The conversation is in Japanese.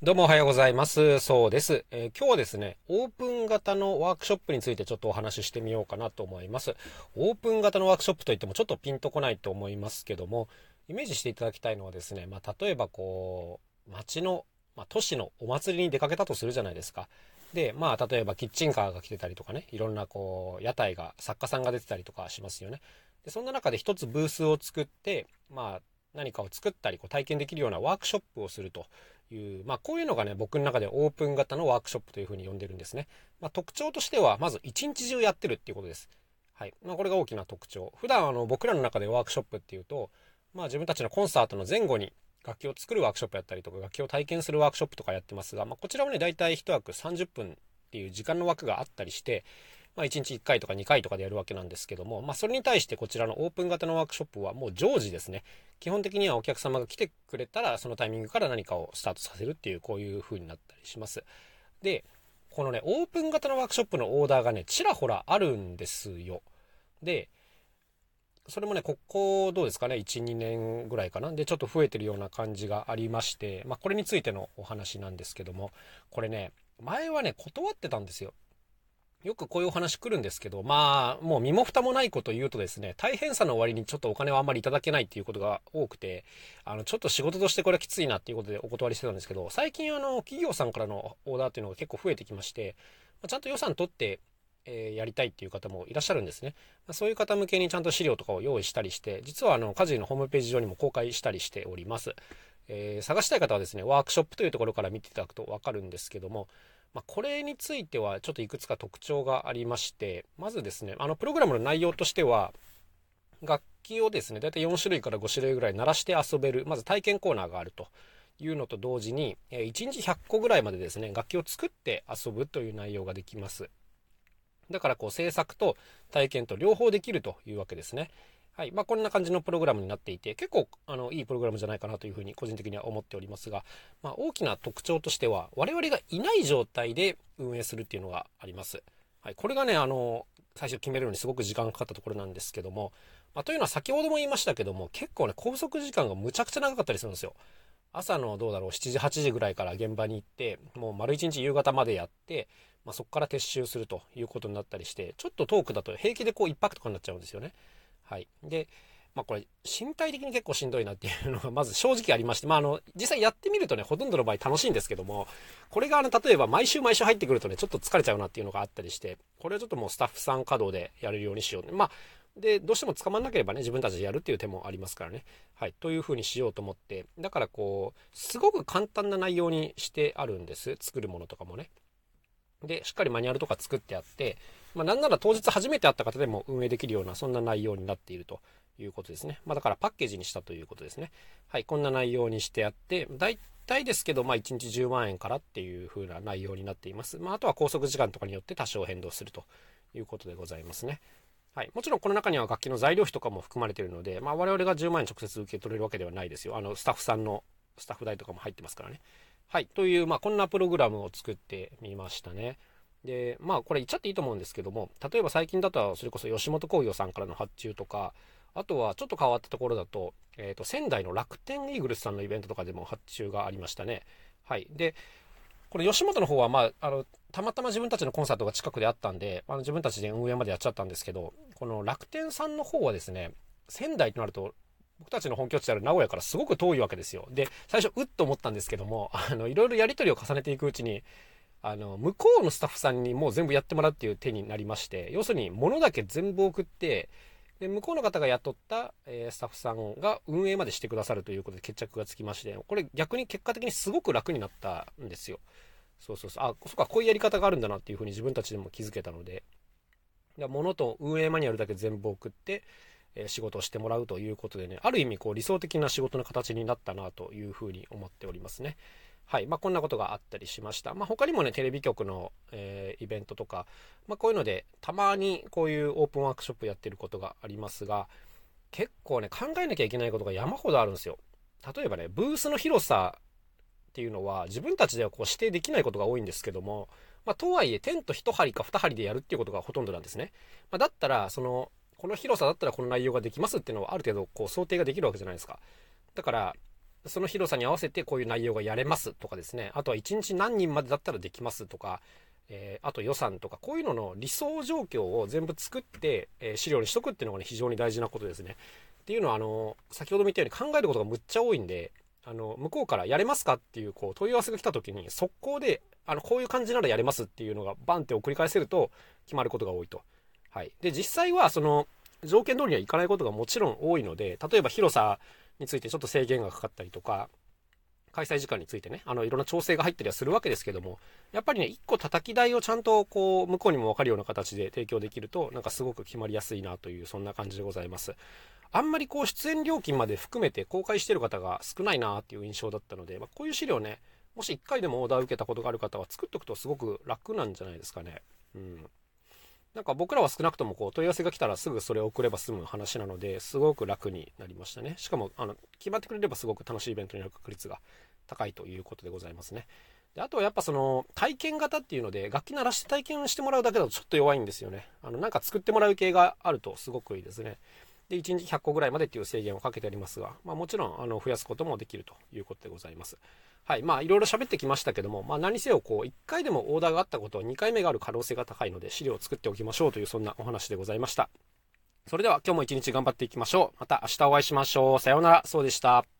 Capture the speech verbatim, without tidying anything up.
どうもおはようございます。そうです。えー今日はですね、オープン型のワークショップについてちょっとお話ししてみようかなと思います。オープン型のワークショップといってもちょっとピンとこないと思いますけども、イメージしていただきたいのはですね、まあ、例えばこう、街の、まあ、都市のお祭りに出かけたとするじゃないですか。で、まあ、例えばキッチンカーが来てたりとかね、いろんなこう、屋台が、作家さんが出てたりとかしますよね。で、そんな中で一つブースを作って、まあ、何かを作ったりこう体験できるようなワークショップをするという、まあ、こういうのがね、僕の中でオープン型のワークショップというふうに呼んでるんですね。まあ、特徴としては、まず一日中やってるっていうことです。はい。まあ、これが大きな特徴。普段あの僕らの中でワークショップっていうと、まあ、自分たちのコンサートの前後に楽器を作るワークショップやったりとか、楽器を体験するワークショップとかやってますが、まあ、こちらもね、だいたい一枠さんじゅっぷんっていう時間の枠があったりして、まあ、いちにちいっかいとかにかいとかでやるわけなんですけども、まあ、それに対してこちらのオープン型のワークショップはもう常時ですね。基本的にはお客様が来てくれたら、そのタイミングから何かをスタートさせるっていう、こういう風になったりします。で、このね、オープン型のワークショップのオーダーがね、ちらほらあるんですよ。で、それもね、ここどうですかね、いち、にねんぐらいかな。で、ちょっと増えてるような感じがありまして、まあ、これについてのお話なんですけども、これね、前はね、断ってたんですよ。よくこういうお話来るんですけど、まあ、もう身も蓋もないことを言うとですね、大変さの終わりにちょっとお金をあんまりいただけないっていうことが多くて、あの、ちょっと仕事としてこれはきついなっていうことでお断りしてたんですけど、最近あの、企業さんからのオーダーっていうのが結構増えてきまして、ちゃんと予算取って、えーやりたいっていう方もいらっしゃるんですね。そういう方向けにちゃんと資料とかを用意したりして、実はあの、カジのホームページ上にも公開したりしております。えー探したい方はですね、ワークショップというところから見ていただくとわかるんですけども、まあ、これについてはちょっといくつか特徴がありまして、まずですね、あのプログラムの内容としては、楽器をですね、だいたいよん種類からご種類ぐらい鳴らして遊べる、まず体験コーナーがあるというのと同時に、いちにちひゃっこぐらいまでですね、楽器を作って遊ぶという内容ができます。だからこう制作と体験と両方できるというわけですね。はい。まあ、こんな感じのプログラムになっていて、結構、あの、いいプログラムじゃないかなというふうに個人的には思っておりますが、まあ、大きな特徴としては、我々がいない状態で運営するっていうのがあります。はい。これがね、あの、最初決めるのにすごく時間がかかったところなんですけども、まあ、というのは先ほども言いましたけども、結構ね、拘束時間がむちゃくちゃ長かったりするんですよ。朝のどうだろう、しちじ、はちじぐらいから現場に行って、もう丸一日夕方までやって、まあ、そこから撤収するということになったりして、ちょっと遠くだと平気でこう一泊とかになっちゃうんですよね。はい。で、まあこれ、身体的に結構しんどいなっていうのがまず正直ありまして、まああの、実際やってみるとね、ほとんどの場合楽しいんですけども、これがあの、例えば毎週毎週入ってくるとね、ちょっと疲れちゃうなっていうのがあったりして、これをちょっともうスタッフさん稼働でやれるようにしよう。まあ、で、どうしても捕まんなければね、自分たちでやるっていう手もありますからね。はい。というふうにしようと思って、だからこう、すごく簡単な内容にしてあるんです。作るものとかもね。で、しっかりマニュアルとか作ってあって、まあ、なんなら当日初めて会った方でも運営できるような、そんな内容になっているということですね。まあ、だからパッケージにしたということですね。はい、こんな内容にしてあって、大体ですけど、まあ、いちにちじゅうまんえんからっていう風な内容になっています。まあ、あとは拘束時間とかによって多少変動するということでございますね。はい。もちろんこの中には楽器の材料費とかも含まれているので、まあ我々がじゅうまんえん直接受け取れるわけではないですよ。あの、スタッフさんのスタッフ代とかも入ってますからね。はい。という、まあこんなプログラムを作ってみましたね。で、まあこれ言っちゃっていいと思うんですけども、例えば最近だとそれこそ吉本興業さんからの発注とか、あとはちょっと変わったところだと、えっと、仙台の楽天イーグルスさんのイベントとかでも発注がありましたね。はい。で、これ吉本の方は、まあ、あの、たまたま自分たちのコンサートが近くであったんで、あの自分たちで運営までやっちゃったんですけど、この楽天さんの方はですね、仙台となると、僕たちの本拠地である名古屋からすごく遠いわけですよ。で、最初、うっと思ったんですけども、あの、いろいろやり取りを重ねていくうちに、あの、向こうのスタッフさんにもう全部やってもらうっていう手になりまして、要するに物だけ全部送って、で、向こうの方が雇った、えースタッフさんが運営までしてくださるということで決着がつきまして、これ逆に結果的にすごく楽になったんですよ。そうそうそう。あ、そっか、こういうやり方があるんだなっていうふうに自分たちでも気づけたので、物と運営マニュアルだけ全部送って、えー仕事をしてもらうということでね、ある意味こう理想的な仕事の形になったなというふうに思っておりますね。はい。まあ、こんなことがあったりしました。まあ、他にもね、テレビ局の、えーイベントとか、まあ、こういうので、たまにこういうオープンワークショップやってることがありますが、結構ね、考えなきゃいけないことが山ほどあるんですよ。例えばね、ブースの広さっていうのは自分たちではこう指定できないことが多いんですけども、まあ、とはいえテントいち針かに針でやるっていうことがほとんどなんですね。まあ、だったらそのこの広さだったらこの内容ができますっていうのはある程度こう想定ができるわけじゃないですか。だからその広さに合わせてこういう内容がやれますとかですね、あとはいちにち何人までだったらできますとか、えー、あと予算とか、こういうのの理想状況を全部作って、えー、資料にしとくっていうのがね、非常に大事なことですね。っていうのは、あの、先ほども言ったように考えることがむっちゃ多いんで、あの、向こうからやれますかっていう、こう、問い合わせが来た時に、速攻で、あの、こういう感じならやれますっていうのがバンって送り返せると決まることが多いと。はい。で、実際は、その、条件通りにはいかないことがもちろん多いので、例えば広さについてちょっと制限がかかったりとか、開催時間についてね、あの、いろんな調整が入ったりはするわけですけども、やっぱりね、一個叩き台をちゃんと、こう、向こうにも分かるような形で提供できると、なんかすごく決まりやすいなという、そんな感じでございます。あんまりこう、出演料金まで含めて公開している方が少ないなっていう印象だったので、まあ、こういう資料ね、もし一回でもオーダーを受けたことがある方は作っておくとすごく楽なんじゃないですかね。うん。なんか僕らは少なくともこう問い合わせが来たらすぐそれを送れば済む話なので、すごく楽になりましたね。しかも、あの、決まってくれればすごく楽しいイベントになる確率が高いということでございますね。で、あとはやっぱその体験型っていうので、楽器鳴らして体験してもらうだけだとちょっと弱いんですよね。あの、なんか作ってもらう系があるとすごくいいですね。で、いちにちひゃっこぐらいまでっていう制限をかけてありますが、まあもちろん、あの、増やすこともできるということでございます。はい。まあ、いろいろ喋ってきましたけども、まあ何せよこう、いっかいでもオーダーがあったことはにかいめがある可能性が高いので、資料を作っておきましょうというそんなお話でございました。それでは今日も一日頑張っていきましょう。また明日お会いしましょう。さようなら。そうでした。